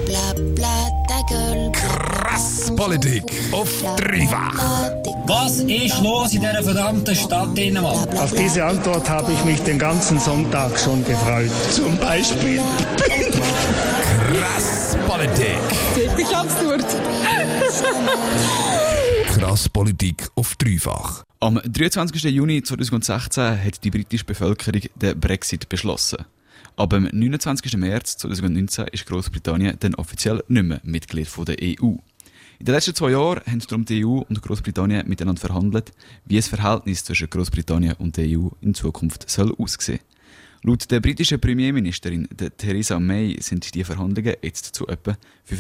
Krass Politik auf dreifach. Was ist los in dieser verdammten Stadt Dänemark? Auf diese Antwort habe ich mich den ganzen Sonntag schon gefreut. Zum Beispiel. Krass Politik. Wirklich absurd. Krass Politik auf dreifach. Am 23. Juni 2016 hat die britische Bevölkerung den Brexit beschlossen. Aber am 29. März 2019 ist Großbritannien dann offiziell nicht mehr Mitglied der EU. In den letzten 2 Jahren haben darum die EU und Großbritannien miteinander verhandelt, wie das Verhältnis zwischen Großbritannien und der EU in Zukunft soll aussehen. Laut der britischen Premierministerin Theresa May sind die Verhandlungen jetzt zu etwa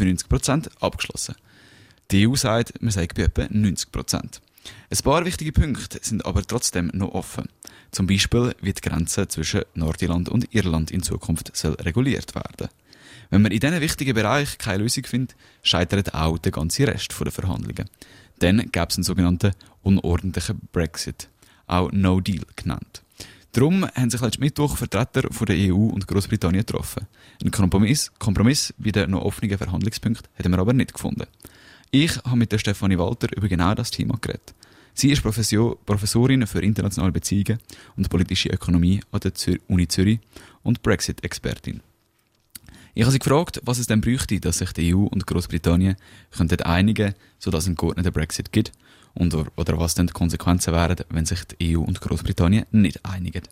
95% abgeschlossen. Die EU sagt, man sei bei etwa 90%. Ein paar wichtige Punkte sind aber trotzdem noch offen. Zum Beispiel, wie die Grenze zwischen Nordirland und Irland in Zukunft soll reguliert werden. Wenn man in diesen wichtigen Bereichen keine Lösung findet, scheitert auch der ganze Rest der Verhandlungen. Dann gäbe es einen sogenannten unordentlichen Brexit, auch No Deal genannt. Darum haben sich letzten Mittwoch Vertreter von der EU und Großbritannien getroffen. Einen Kompromiss bei den noch offenen Verhandlungspunkten haben wir aber nicht gefunden. Ich habe mit der Stefanie Walter über genau das Thema geredet. Sie ist Professorin für internationale Beziehungen und politische Ökonomie an der Uni Zürich und Brexit-Expertin. Ich habe sie gefragt, was es denn bräuchte, dass sich die EU und Großbritannien einigen könnten, sodass es einen geordneten Brexit gibt, und oder was denn die Konsequenzen wären, wenn sich die EU und Großbritannien nicht einigen.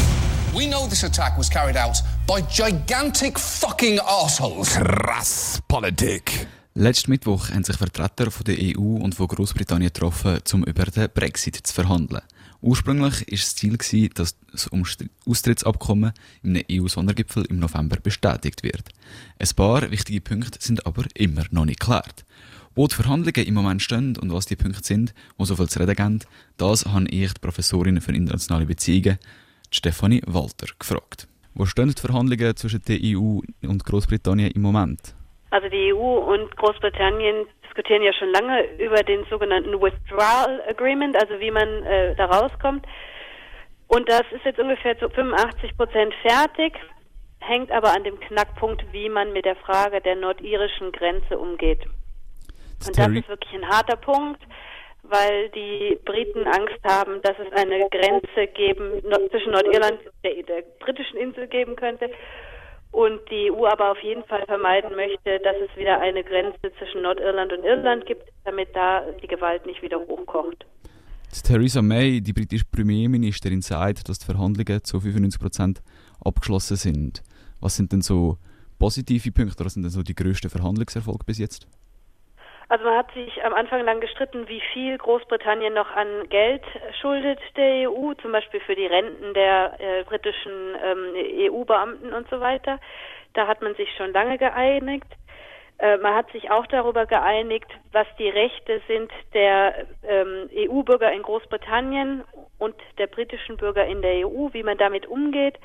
We know this attack was carried out by gigantic fucking assholes. Krass Politik. Letzten Mittwoch haben sich Vertreter von der EU und von Großbritannien getroffen, um über den Brexit zu verhandeln. Ursprünglich war das Ziel, dass das Austrittsabkommen in einem EU-Sondergipfel im November bestätigt wird. Ein paar wichtige Punkte sind aber immer noch nicht geklärt. Wo die Verhandlungen im Moment stehen und was die Punkte sind, die so viel zu reden geben, das habe ich die Professorin für internationale Beziehungen, Stefanie Walter, gefragt. Wo stehen die Verhandlungen zwischen der EU und Großbritannien im Moment? Also die EU und Großbritannien diskutieren ja schon lange über den sogenannten Withdrawal Agreement, also wie man da rauskommt. Und das ist jetzt ungefähr zu 85% fertig, hängt aber an dem Knackpunkt, wie man mit der Frage der nordirischen Grenze umgeht. Und das ist wirklich ein harter Punkt, weil die Briten Angst haben, dass es eine Grenze zwischen Nordirland und der britischen Insel geben könnte. Und die EU aber auf jeden Fall vermeiden möchte, dass es wieder eine Grenze zwischen Nordirland und Irland gibt, damit da die Gewalt nicht wieder hochkocht. Theresa May, die britische Premierministerin, sagt, dass die Verhandlungen zu 95% abgeschlossen sind. Was sind denn so positive Punkte, oder was sind denn so die grössten Verhandlungserfolge bis jetzt? Also man hat sich am Anfang lang gestritten, wie viel Großbritannien noch an Geld schuldet der EU, zum Beispiel für die Renten der britischen EU-Beamten und so weiter. Da hat man sich schon lange geeinigt. Man hat sich auch darüber geeinigt, was die Rechte sind der EU-Bürger in Großbritannien und der britischen Bürger in der EU, wie man damit umgeht.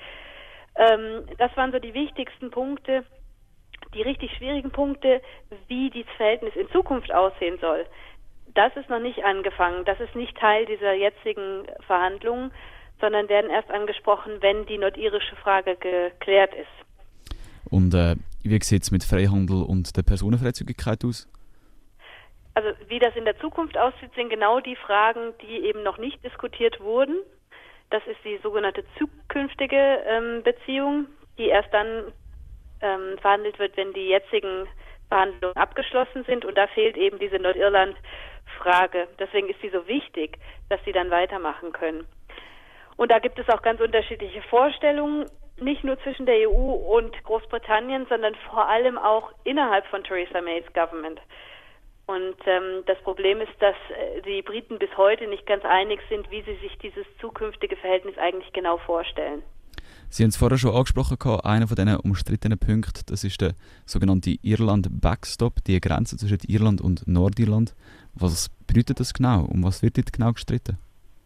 Das waren so die wichtigsten Punkte. Die richtig schwierigen Punkte, wie dieses Verhältnis in Zukunft aussehen soll, das ist noch nicht angefangen. Das ist nicht Teil dieser jetzigen Verhandlungen, sondern werden erst angesprochen, wenn die nordirische Frage geklärt ist. Und wie sieht es mit Freihandel und der Personenfreizügigkeit aus? Also wie das in der Zukunft aussieht, sind genau die Fragen, die eben noch nicht diskutiert wurden. Das ist die sogenannte zukünftige Beziehung, die erst dann verhandelt wird, wenn die jetzigen Verhandlungen abgeschlossen sind, und da fehlt eben diese Nordirland-Frage. Deswegen ist sie so wichtig, dass sie dann weitermachen können. Und da gibt es auch ganz unterschiedliche Vorstellungen, nicht nur zwischen der EU und Großbritannien, sondern vor allem auch innerhalb von Theresa Mays Government. Und das Problem ist, dass die Briten bis heute nicht ganz einig sind, wie sie sich dieses zukünftige Verhältnis eigentlich genau vorstellen. Sie haben es vorher schon angesprochen, einer von diesen umstrittenen Punkten, das ist der sogenannte Irland-Backstop, die Grenze zwischen Irland und Nordirland. Was bedeutet das genau? Um was wird dort genau gestritten?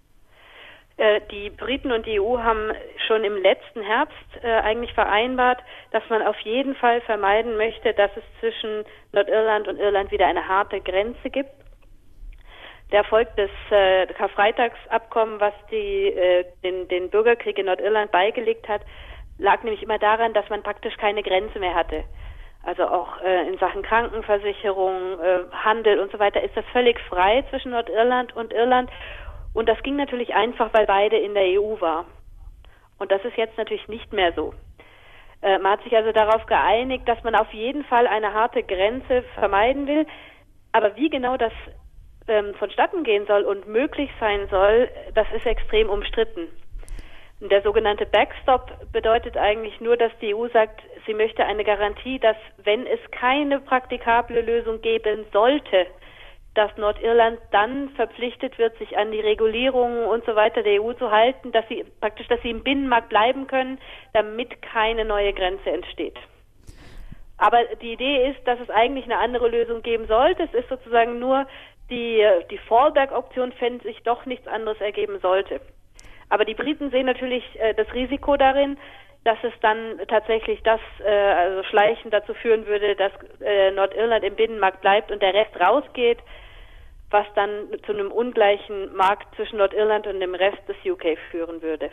Die Briten und die EU haben schon im letzten Herbst eigentlich vereinbart, dass man auf jeden Fall vermeiden möchte, dass es zwischen Nordirland und Irland wieder eine harte Grenze gibt. Der Erfolg des Karfreitagsabkommens, was den Bürgerkrieg in Nordirland beigelegt hat, lag nämlich immer daran, dass man praktisch keine Grenze mehr hatte. Also auch in Sachen Krankenversicherung, Handel und so weiter ist das völlig frei zwischen Nordirland und Irland. Und das ging natürlich einfach, weil beide in der EU waren. Und das ist jetzt natürlich nicht mehr so. Man hat sich also darauf geeinigt, dass man auf jeden Fall eine harte Grenze vermeiden will. Aber wie genau das vonstatten gehen soll und möglich sein soll, das ist extrem umstritten. Der sogenannte Backstop bedeutet eigentlich nur, dass die EU sagt, sie möchte eine Garantie, dass wenn es keine praktikable Lösung geben sollte, dass Nordirland dann verpflichtet wird, sich an die Regulierungen und so weiter der EU zu halten, dass sie im Binnenmarkt bleiben können, damit keine neue Grenze entsteht. Aber die Idee ist, dass es eigentlich eine andere Lösung geben sollte. Es ist sozusagen nur die Fallback-Option, wenn sich doch nichts anderes ergeben sollte. Aber die Briten sehen natürlich das Risiko darin, dass es dann tatsächlich also schleichend dazu führen würde, dass Nordirland im Binnenmarkt bleibt und der Rest rausgeht, was dann zu einem ungleichen Markt zwischen Nordirland und dem Rest des UK führen würde.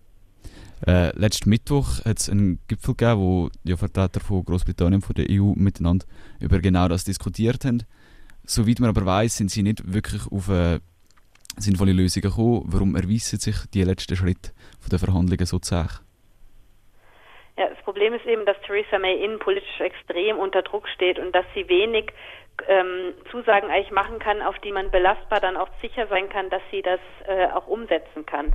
Letzten Mittwoch hat es einen Gipfel gegeben, wo die Vertreter von Großbritannien und von der EU miteinander über genau das diskutiert haben. Soweit man aber weiss, sind sie nicht wirklich auf eine sinnvolle Lösungen gekommen. Warum erweisen sich die letzten Schritte der Verhandlungen so zäh? Ja, das Problem ist eben, dass Theresa May innenpolitisch extrem unter Druck steht und dass sie wenig Zusagen eigentlich machen kann, auf die man belastbar dann auch sicher sein kann, dass sie das auch umsetzen kann.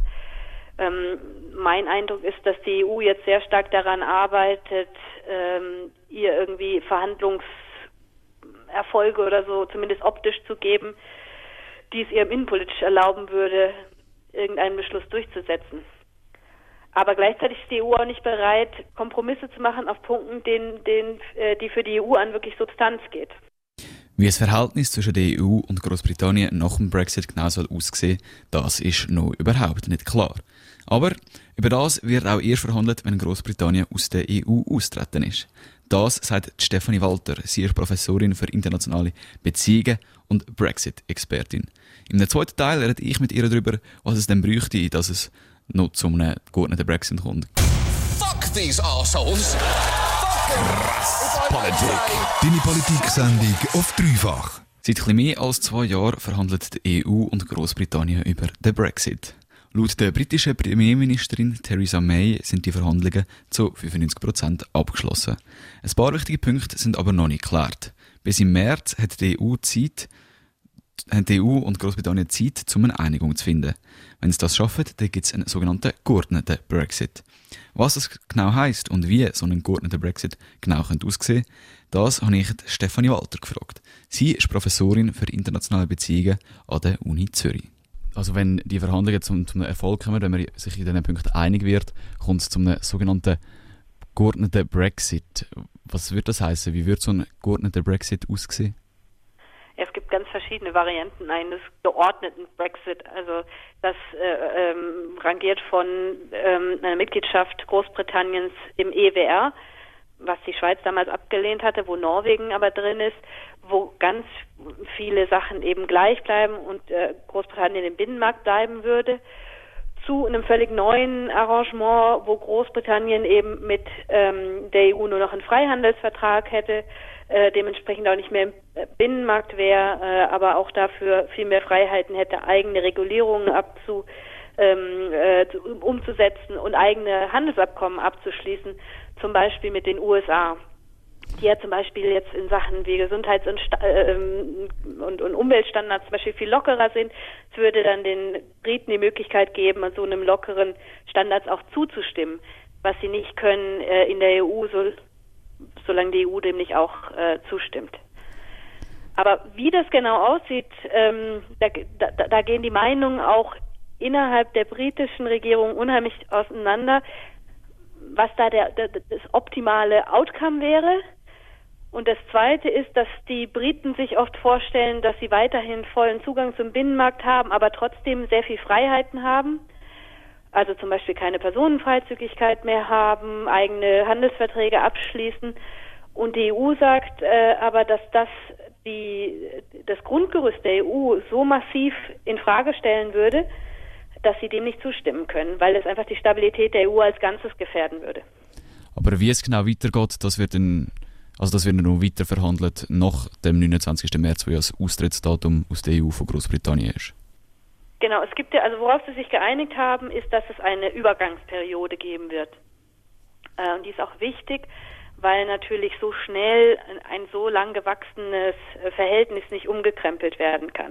Mein Eindruck ist, dass die EU jetzt sehr stark daran arbeitet, ihr irgendwie Verhandlungserfolge oder so zumindest optisch zu geben, die es ihr innenpolitisch erlauben würde, irgendeinen Beschluss durchzusetzen. Aber gleichzeitig ist die EU auch nicht bereit, Kompromisse zu machen auf Punkten, die für die EU an wirklich Substanz geht. Wie das Verhältnis zwischen der EU und Großbritannien nach dem Brexit genau soll aussehen, das ist noch überhaupt nicht klar. Aber über das wird auch erst verhandelt, wenn Großbritannien aus der EU austreten ist. Das sagt Stefanie Walter. Sie ist Professorin für internationale Beziehungen und Brexit-Expertin. Im zweiten Teil rede ich mit ihr darüber, was es denn bräuchte, dass es noch zu einem geordneten Brexit kommt. Fuck these arseholes! Krass Politik. Deine Politik-Sendung auf dreifach. Seit etwas mehr als 2 Jahren verhandelt die EU und Großbritannien über den Brexit. Laut der britischen Premierministerin Theresa May sind die Verhandlungen zu 95% abgeschlossen. Ein paar wichtige Punkte sind aber noch nicht geklärt. Bis im März hat die EU und Großbritannien Zeit, um eine Einigung zu finden. Wenn sie das schaffen, dann gibt es einen sogenannten geordneten Brexit. Was das genau heisst und wie so ein geordneter Brexit genau aussehen könnte, das habe ich Stefanie Walter gefragt. Sie ist Professorin für internationale Beziehungen an der Uni Zürich. Also wenn die Verhandlungen zum Erfolg kommen, wenn man sich in diesen Punkten einig wird, kommt es zu einem sogenannten geordneten Brexit. Was würde das heißen? Wie würde so ein geordneter Brexit aussehen? Es gibt ganz verschiedene Varianten eines geordneten Brexit. Also das rangiert von einer Mitgliedschaft Großbritanniens im EWR, was die Schweiz damals abgelehnt hatte, wo Norwegen aber drin ist, wo ganz viele Sachen eben gleich bleiben und Großbritannien im Binnenmarkt bleiben würde, zu einem völlig neuen Arrangement, wo Großbritannien eben mit der EU nur noch einen Freihandelsvertrag hätte, dementsprechend auch nicht mehr im Binnenmarkt wäre, aber auch dafür viel mehr Freiheiten hätte, eigene Regulierungen umzusetzen und eigene Handelsabkommen abzuschließen, zum Beispiel mit den USA, die ja zum Beispiel jetzt in Sachen wie Gesundheits- und Umweltstandards zum Beispiel viel lockerer sind. Es würde dann den Briten die Möglichkeit geben, an so einem lockeren Standards auch zuzustimmen, was sie nicht können in der EU, solange die EU dem nicht auch zustimmt. Aber wie das genau aussieht, da gehen die Meinungen auch innerhalb der britischen Regierung unheimlich auseinander, was da das optimale Outcome wäre. Und das Zweite ist, dass die Briten sich oft vorstellen, dass sie weiterhin vollen Zugang zum Binnenmarkt haben, aber trotzdem sehr viel Freiheiten haben. Also zum Beispiel keine Personenfreizügigkeit mehr haben, eigene Handelsverträge abschließen. Und die EU sagt aber, dass das Grundgerüst der EU so massiv in Frage stellen würde, dass sie dem nicht zustimmen können, weil es einfach die Stabilität der EU als Ganzes gefährden würde. Aber wie es genau weitergeht, das wird dann Also das wird noch weiter verhandelt nach dem 29. März, wo ja das Austrittsdatum aus der EU von Großbritannien ist. Genau, es gibt ja, also worauf sie sich geeinigt haben, ist, dass es eine Übergangsperiode geben wird. Und die ist auch wichtig, weil natürlich so schnell ein so lang gewachsenes Verhältnis nicht umgekrempelt werden kann.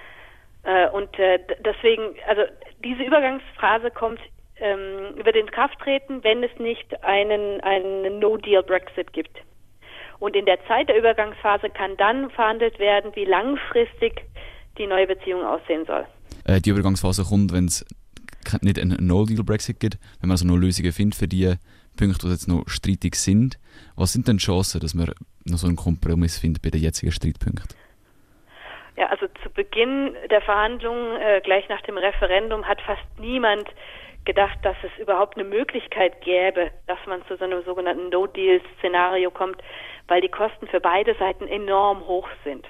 Deswegen, also diese Übergangsphase wird in Kraft treten, wenn es nicht einen No-Deal-Brexit gibt. Und in der Zeit der Übergangsphase kann dann verhandelt werden, wie langfristig die neue Beziehung aussehen soll. Die Übergangsphase kommt, wenn es nicht einen No-Deal-Brexit gibt, wenn man also noch Lösungen findet für die Punkte, die jetzt noch streitig sind. Was sind denn die Chancen, dass man noch so einen Kompromiss findet bei den jetzigen Streitpunkten? Ja, also zu Beginn der Verhandlungen, gleich nach dem Referendum, hat fast niemand gedacht, dass es überhaupt eine Möglichkeit gäbe, dass man zu so einem sogenannten No-Deal-Szenario kommt, weil die Kosten für beide Seiten enorm hoch sind.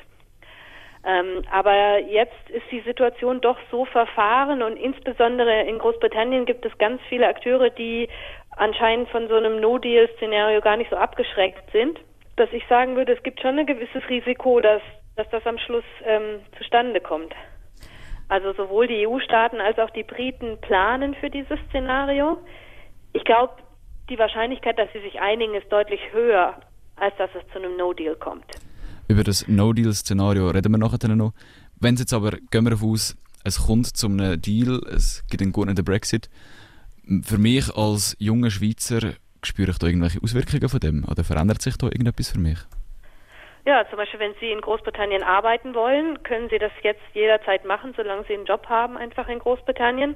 Aber jetzt ist die Situation doch so verfahren und insbesondere in Großbritannien gibt es ganz viele Akteure, die anscheinend von so einem No-Deal-Szenario gar nicht so abgeschreckt sind, dass ich sagen würde, es gibt schon ein gewisses Risiko, dass das am Schluss zustande kommt. Also sowohl die EU-Staaten als auch die Briten planen für dieses Szenario. Ich glaube, die Wahrscheinlichkeit, dass sie sich einigen, ist deutlich höher, als dass es zu einem No-Deal kommt. Über das No-Deal-Szenario reden wir nachher noch. Wenn es jetzt aber, gehen wir davon aus, es kommt zu einem Deal, es gibt einen guten Brexit. Für mich als junger Schweizer spüre ich da irgendwelche Auswirkungen von dem? Oder verändert sich da irgendetwas für mich? Ja, zum Beispiel, wenn Sie in Großbritannien arbeiten wollen, können Sie das jetzt jederzeit machen, solange Sie einen Job haben, einfach in Großbritannien.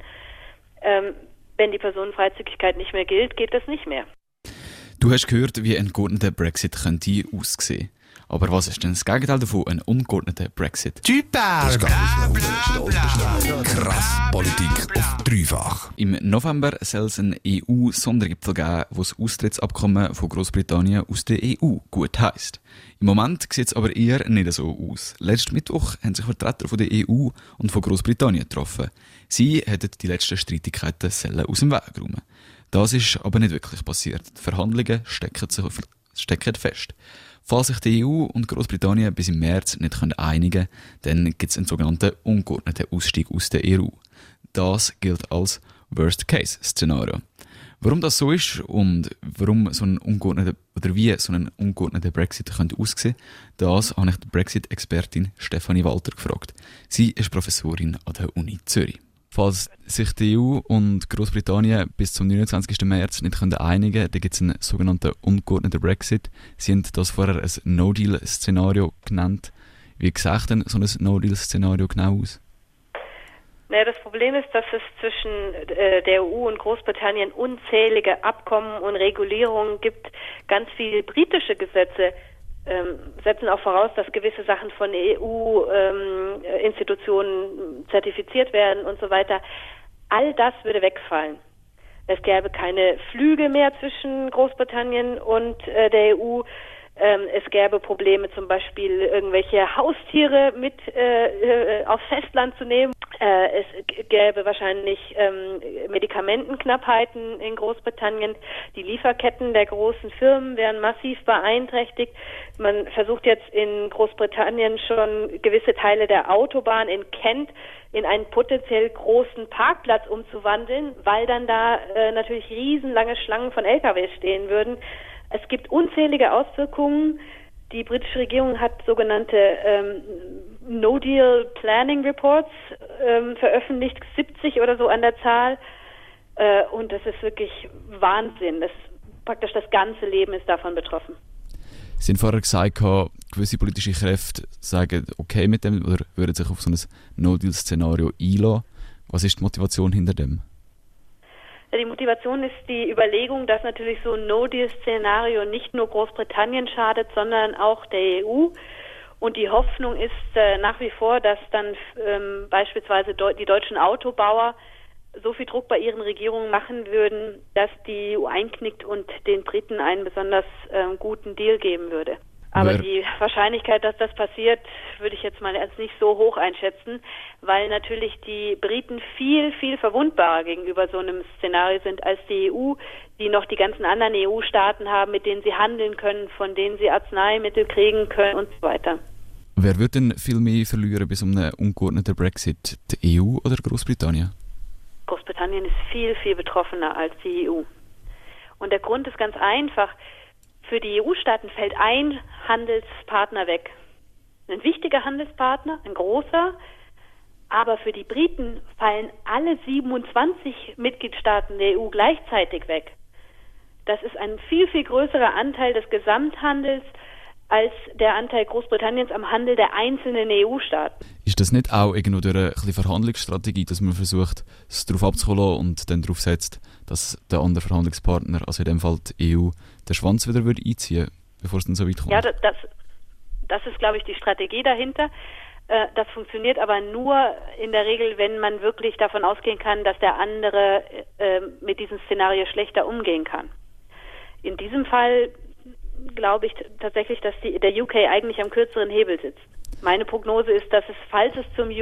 Wenn die Personenfreizügigkeit nicht mehr gilt, geht das nicht mehr. Du hast gehört, wie ein geordneter Brexit könnte aussehen. Aber was ist denn das Gegenteil davon, ein ungeordneter Brexit? Das krass Politik auf dreifach. Im November soll es einen EU-Sondergipfel geben, wo das Austrittsabkommen von Großbritannien aus der EU gut heisst. Im Moment sieht es aber eher nicht so aus. Letzten Mittwoch haben sich Vertreter von der EU und von Großbritannien getroffen. Sie hätten die letzten Streitigkeiten aus dem Weg räumen. Das ist aber nicht wirklich passiert. Die Verhandlungen stecken fest. Falls sich die EU und Großbritannien bis im März nicht einigen können, dann gibt es einen sogenannten ungeordneten Ausstieg aus der EU. Das gilt als Worst-Case-Szenario. Warum das so ist und warum so ein ungeordneter oder wie so ein ungeordneter Brexit könnte aussehen, das habe ich die Brexit-Expertin Stefanie Walter gefragt. Sie ist Professorin an der Uni Zürich. Falls sich die EU und Großbritannien bis zum 29. März nicht einigen können, dann gibt es einen sogenannten ungeordneten Brexit. Sie haben das vorher ein No-Deal-Szenario genannt. Wie sieht denn so ein No-Deal-Szenario genau aus? Naja, das Problem ist, dass es zwischen der EU und Großbritannien unzählige Abkommen und Regulierungen gibt. Ganz viele britische Gesetze setzen auch voraus, dass gewisse Sachen von EU-Institutionen zertifiziert werden und so weiter. All das würde wegfallen. Es gäbe keine Flüge mehr zwischen Großbritannien und der EU. Es gäbe Probleme, zum Beispiel irgendwelche Haustiere mit aufs Festland zu nehmen. Es gäbe wahrscheinlich Medikamentenknappheiten in Großbritannien. Die Lieferketten der großen Firmen wären massiv beeinträchtigt. Man versucht jetzt in Großbritannien schon gewisse Teile der Autobahn in Kent in einen potenziell großen Parkplatz umzuwandeln, weil dann da natürlich riesenlange Schlangen von LKWs stehen würden. Es gibt unzählige Auswirkungen. Die britische Regierung hat sogenannte No-Deal Planning Reports veröffentlicht, 70 oder so an der Zahl. Und das ist wirklich Wahnsinn. Praktisch das ganze Leben ist davon betroffen. Sie haben vorher gesagt, gewisse politische Kräfte sagen okay mit dem oder würden sich auf so ein No-Deal-Szenario einlassen. Was ist die Motivation hinter dem? Die Motivation ist die Überlegung, dass natürlich so ein No-Deal-Szenario nicht nur Großbritannien schadet, sondern auch der EU. Und die Hoffnung ist nach wie vor, dass dann beispielsweise die deutschen Autobauer so viel Druck bei ihren Regierungen machen würden, dass die EU einknickt und den Briten einen besonders guten Deal geben würde. Aber die Wahrscheinlichkeit, dass das passiert, würde ich jetzt mal als nicht so hoch einschätzen, weil natürlich die Briten viel, viel verwundbarer gegenüber so einem Szenario sind als die EU, die noch die ganzen anderen EU-Staaten haben, mit denen sie handeln können, von denen sie Arzneimittel kriegen können und so weiter. Wer wird denn viel mehr verlieren bis um einen ungeordneten Brexit? Die EU oder Großbritannien? Großbritannien ist viel, viel betroffener als die EU. Und der Grund ist ganz einfach. Für die EU-Staaten fällt ein Handelspartner weg. Ein wichtiger Handelspartner, ein großer. Aber für die Briten fallen alle 27 Mitgliedstaaten der EU gleichzeitig weg. Das ist ein viel, viel größerer Anteil des Gesamthandels als der Anteil Großbritanniens am Handel der einzelnen EU-Staaten. Ist das nicht auch irgendwo durch eine Verhandlungsstrategie, dass man versucht, es darauf abzuholen und dann darauf setzt, dass der andere Verhandlungspartner, also in dem Fall die EU, den Schwanz wieder einziehen würde, bevor es dann so weit kommt? Ja, das ist, glaube ich, die Strategie dahinter. Das funktioniert aber nur in der Regel, wenn man wirklich davon ausgehen kann, dass der andere mit diesem Szenario schlechter umgehen kann. In diesem Fall glaube ich tatsächlich, dass der UK eigentlich am kürzeren Hebel sitzt. Meine Prognose ist, dass es, falls es zum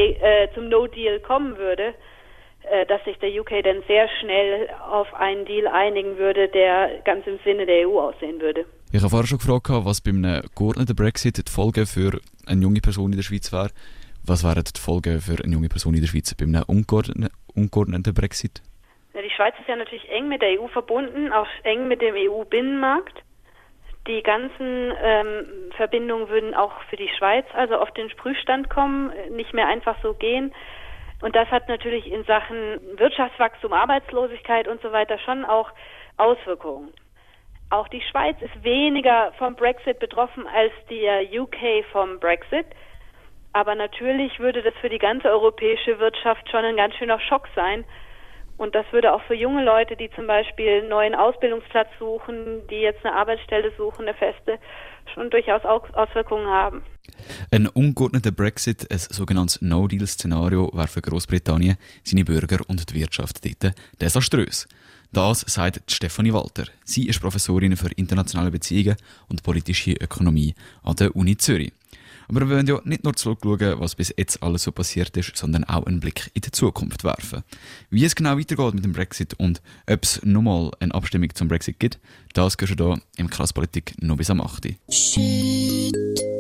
No-Deal kommen würde, dass sich der UK dann sehr schnell auf einen Deal einigen würde, der ganz im Sinne der EU aussehen würde. Ich habe vorher schon gefragt, was bei einem geordneten Brexit die Folgen für eine junge Person in der Schweiz wäre. Was wären die Folgen für eine junge Person in der Schweiz bei einem ungeordneten Brexit? Ja, die Schweiz ist ja natürlich eng mit der EU verbunden, auch eng mit dem EU-Binnenmarkt. Die ganzen Verbindungen würden auch für die Schweiz also auf den Prüfstand kommen, nicht mehr einfach so gehen. Und das hat natürlich in Sachen Wirtschaftswachstum, Arbeitslosigkeit und so weiter schon auch Auswirkungen. Auch die Schweiz ist weniger vom Brexit betroffen als der UK vom Brexit. Aber natürlich würde das für die ganze europäische Wirtschaft schon ein ganz schöner Schock sein. Und das würde auch für junge Leute, die zum Beispiel einen neuen Ausbildungsplatz suchen, die jetzt eine Arbeitsstelle suchen, eine feste, schon durchaus Auswirkungen haben. Ein ungeordneter Brexit, ein sogenanntes No-Deal-Szenario, wäre für Großbritannien, seine Bürger und die Wirtschaft dort desaströs. Das sagt Stefanie Walter. Sie ist Professorin für internationale Beziehungen und politische Ökonomie an der Uni Zürich. Aber wir wollen ja nicht nur zurückschauen, was bis jetzt alles so passiert ist, sondern auch einen Blick in die Zukunft werfen. Wie es genau weitergeht mit dem Brexit und ob es nochmal eine Abstimmung zum Brexit gibt, das gehört hier im Krasspolitik noch bis am 8. Chut,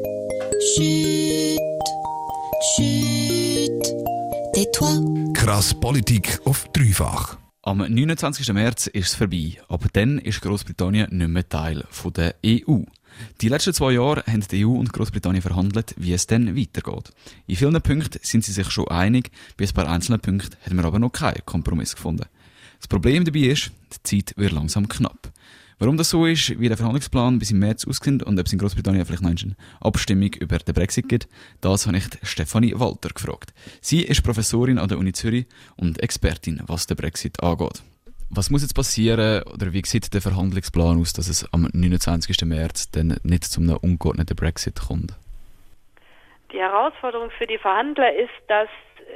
chut, chut, tais-toi. Krasspolitik auf dreifach. Am 29. März ist es vorbei, aber dann ist Großbritannien nicht mehr Teil der EU. Die letzten 2 Jahre haben die EU und Großbritannien verhandelt, wie es dann weitergeht. In vielen Punkten sind sie sich schon einig, bei ein paar einzelnen Punkten haben wir aber noch keinen Kompromiss gefunden. Das Problem dabei ist, die Zeit wird langsam knapp. Warum das so ist, wie der Verhandlungsplan bis im März aussieht und ob es in Großbritannien vielleicht noch eine Abstimmung über den Brexit gibt, das habe ich Stefanie Walter gefragt. Sie ist Professorin an der Uni Zürich und Expertin, was den Brexit angeht. Was muss jetzt passieren oder wie sieht der Verhandlungsplan aus, dass es am 29. März dann nicht zum ungeordneten Brexit kommt? Die Herausforderung für die Verhandler ist, dass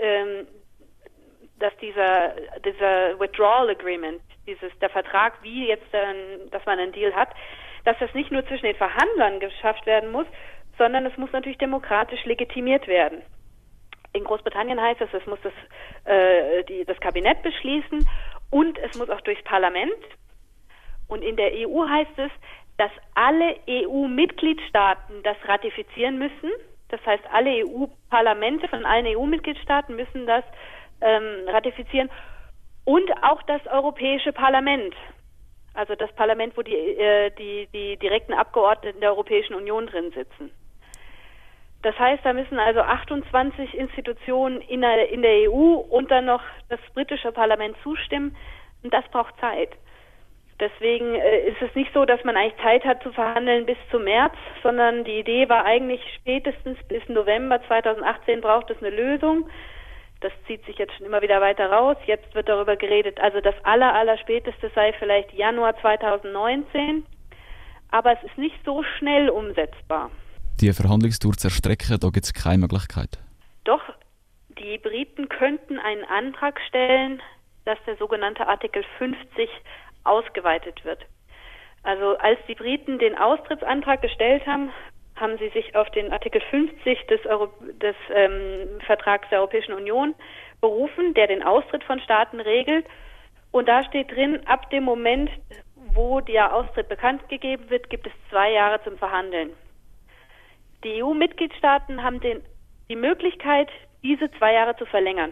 dieser Withdrawal Agreement, der Vertrag, wie jetzt dass man einen Deal hat, dass das nicht nur zwischen den Verhandlern geschafft werden muss, sondern es muss natürlich demokratisch legitimiert werden. In Großbritannien heißt es muss das Kabinett beschließen und es muss auch durchs Parlament. Und in der EU heißt es, dass alle EU-Mitgliedstaaten das ratifizieren müssen. Das heißt, alle EU-Parlamente von allen EU-Mitgliedstaaten müssen das ratifizieren. Und auch das Europäische Parlament. Also das Parlament, wo die direkten Abgeordneten der Europäischen Union drin sitzen. Das heißt, da müssen also 28 Institutionen in der EU und dann noch das britische Parlament zustimmen. Und das braucht Zeit. Deswegen ist es nicht so, dass man eigentlich Zeit hat zu verhandeln bis zum März, sondern die Idee war eigentlich spätestens bis November 2018 braucht es eine Lösung. Das zieht sich jetzt schon immer wieder weiter raus. Jetzt wird darüber geredet, also das Allerspäteste sei vielleicht Januar 2019. Aber es ist nicht so schnell umsetzbar. Die Verhandlungstour zu erstrecken, da gibt es keine Möglichkeit. Doch, die Briten könnten einen Antrag stellen, dass der sogenannte Artikel 50 ausgeweitet wird. Also als die Briten den Austrittsantrag gestellt haben, haben sie sich auf den Artikel 50 des Vertrags der Europäischen Union berufen, der den Austritt von Staaten regelt. Und da steht drin, ab dem Moment, wo der Austritt bekannt gegeben wird, gibt es 2 Jahre zum Verhandeln. Die EU-Mitgliedstaaten haben die Möglichkeit, diese 2 Jahre zu verlängern.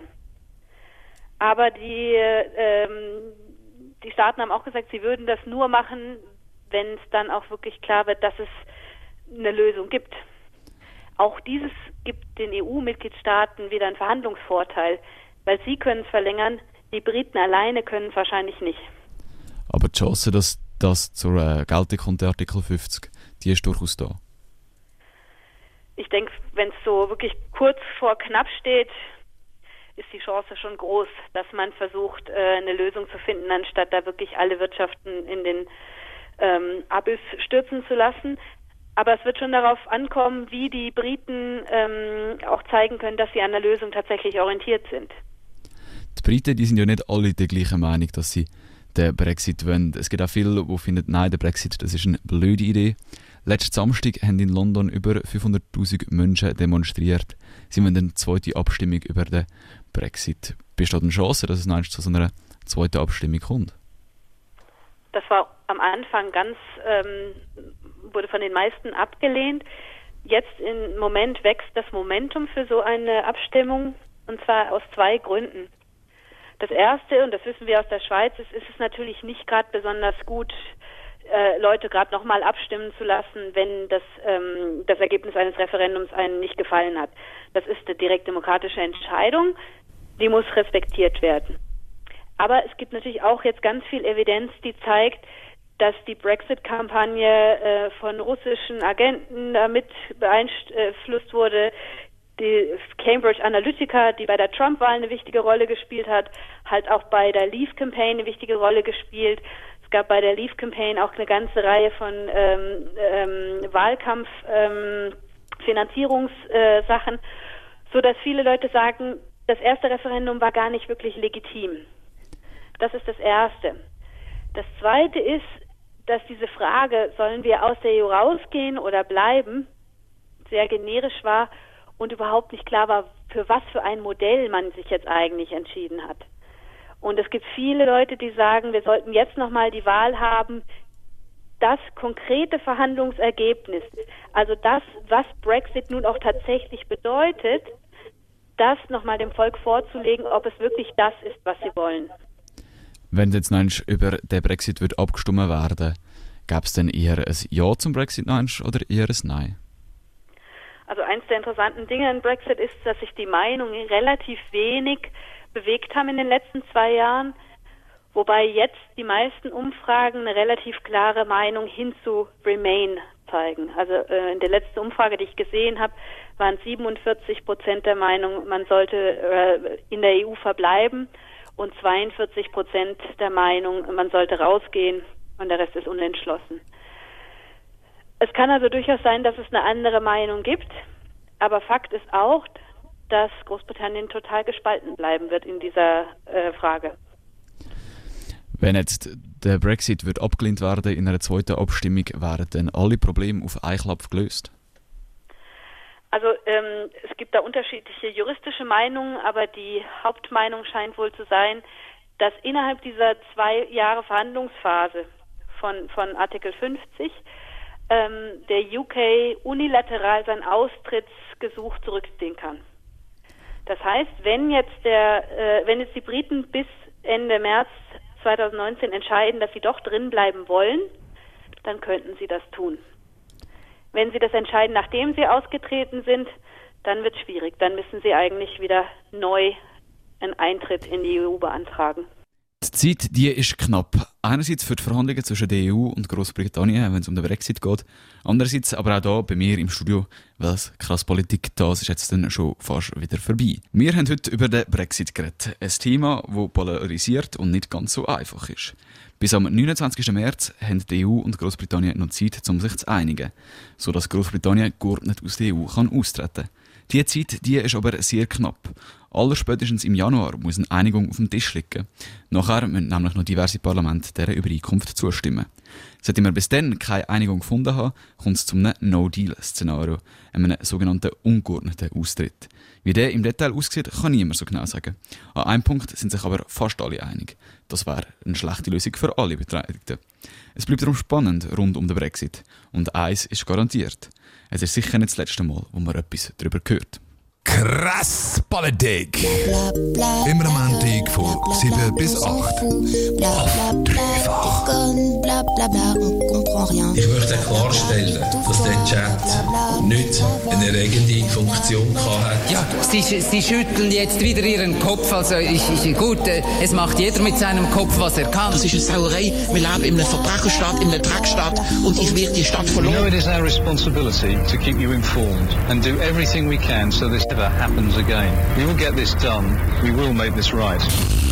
Aber die Staaten haben auch gesagt, sie würden das nur machen, wenn es dann auch wirklich klar wird, dass es eine Lösung gibt. Auch dieses gibt den EU-Mitgliedstaaten wieder einen Verhandlungsvorteil, weil sie können es verlängern, die Briten alleine können es wahrscheinlich nicht. Aber die Chance, dass das zur Geltung kommt, der Artikel 50, die ist durchaus da. Ich denke, wenn es so wirklich kurz vor knapp steht, ist die Chance schon groß, dass man versucht, eine Lösung zu finden, anstatt da wirklich alle Wirtschaften in den Abyss stürzen zu lassen. Aber es wird schon darauf ankommen, wie die Briten auch zeigen können, dass sie an der Lösung tatsächlich orientiert sind. Die Briten, die sind ja nicht alle der gleichen Meinung, dass sie den Brexit wollen. Es gibt auch viele, die finden, nein, der Brexit, das ist eine blöde Idee. Letzten Samstag haben in London über 500'000 Menschen demonstriert. Sie wollen eine zweite Abstimmung über den Brexit. Besteht eine Chance, dass es noch zu so einer zweiten Abstimmung kommt? Das war am Anfang wurde von den meisten abgelehnt. Jetzt im Moment wächst das Momentum für so eine Abstimmung, und zwar aus 2 Gründen. Das erste, und das wissen wir aus der Schweiz, ist es natürlich nicht gerade besonders gut, Leute gerade nochmal abstimmen zu lassen, wenn das Ergebnis eines Referendums einem nicht gefallen hat. Das ist eine direkt demokratische Entscheidung, die muss respektiert werden. Aber es gibt natürlich auch jetzt ganz viel Evidenz, die zeigt, dass die Brexit-Kampagne von russischen Agenten damit beeinflusst wurde. Die Cambridge Analytica, die bei der Trump-Wahl eine wichtige Rolle gespielt hat, halt auch bei der Leave-Campaign eine wichtige Rolle gespielt. Es gab bei der Leave-Campaign auch eine ganze Reihe von Wahlkampf-Finanzierungssachen, sodass viele Leute sagen, das erste Referendum war gar nicht wirklich legitim. Das ist das Erste. Das Zweite ist, dass diese Frage, sollen wir aus der EU rausgehen oder bleiben, sehr generisch war und überhaupt nicht klar war, für was für ein Modell man sich jetzt eigentlich entschieden hat. Und es gibt viele Leute, die sagen, wir sollten jetzt nochmal die Wahl haben, das konkrete Verhandlungsergebnis, also das, was Brexit nun auch tatsächlich bedeutet, das nochmal dem Volk vorzulegen, ob es wirklich das ist, was sie wollen. Wenn jetzt noch über den Brexit wird abgestimmt werden, gäbe es dann eher ein Ja zum Brexit oder eher ein Nein? Also eins der interessanten Dinge an Brexit ist, dass sich die Meinungen relativ wenig bewegt haben in den letzten 2 Jahren, wobei jetzt die meisten Umfragen eine relativ klare Meinung hin zu Remain zeigen. Also in der letzten Umfrage, die ich gesehen habe, waren 47% der Meinung, man sollte in der EU verbleiben und 42% der Meinung, man sollte rausgehen und der Rest ist unentschlossen. Es kann also durchaus sein, dass es eine andere Meinung gibt, aber Fakt ist auch, dass Großbritannien total gespalten bleiben wird in dieser Frage. Wenn jetzt der Brexit wird abgelehnt werden in einer zweiten Abstimmung, wären dann alle Probleme auf einen Klapp gelöst? Also es gibt da unterschiedliche juristische Meinungen, aber die Hauptmeinung scheint wohl zu sein, dass innerhalb dieser 2 Jahre Verhandlungsphase von Artikel 50 der UK unilateral sein Austrittsgesuch zurückziehen kann. Das heißt, wenn jetzt die Briten bis Ende März 2019 entscheiden, dass sie doch drin bleiben wollen, dann könnten sie das tun. Wenn sie das entscheiden, nachdem sie ausgetreten sind, dann wird es schwierig. Dann müssen sie eigentlich wieder neu einen Eintritt in die EU beantragen. Die Zeit, die ist knapp. Einerseits für die Verhandlungen zwischen der EU und Großbritannien, wenn es um den Brexit geht. Andererseits aber auch hier bei mir im Studio, weil es krass Politik da ist jetzt dann schon fast wieder vorbei. Wir haben heute über den Brexit geredet. Ein Thema, das polarisiert und nicht ganz so einfach ist. Bis am 29. März haben die EU und Großbritannien noch Zeit, um sich zu einigen, sodass Großbritannien geordnet aus der EU austreten kann. Die Zeit, die ist aber sehr knapp. Allerspätestens im Januar muss eine Einigung auf dem Tisch liegen. Nachher müssen nämlich noch diverse Parlamente dieser Übereinkunft zustimmen. Sollte man bis dann keine Einigung gefunden haben, kommt es zu einem No-Deal-Szenario, einem sogenannten ungeordneten Austritt. Wie der im Detail aussieht, kann niemand so genau sagen. An einem Punkt sind sich aber fast alle einig. Das wäre eine schlechte Lösung für alle Beteiligten. Es bleibt darum spannend rund um den Brexit. Und eins ist garantiert. Es ist sicher nicht das letzte Mal, wo man etwas darüber hört. Krass Politik. bla bla. Immer am Montag von 7 bis 8. Auf Dreifach. Bla bla bla, on comprend rien. Ich möchte klarstellen, dass der Chat nicht eine erregende Funktion hatte. Ja, Sie schütteln jetzt wieder Ihren Kopf. Also es macht jeder mit seinem Kopf, was er kann. Das ist eine Sauerei. Wir leben in einer Verbrecherstadt, in einer Dreckstadt und ich werde die Stadt You know, verloren. it is our responsibility to keep you informed and do everything we can so this never happens again. We will get this done. We will make this right.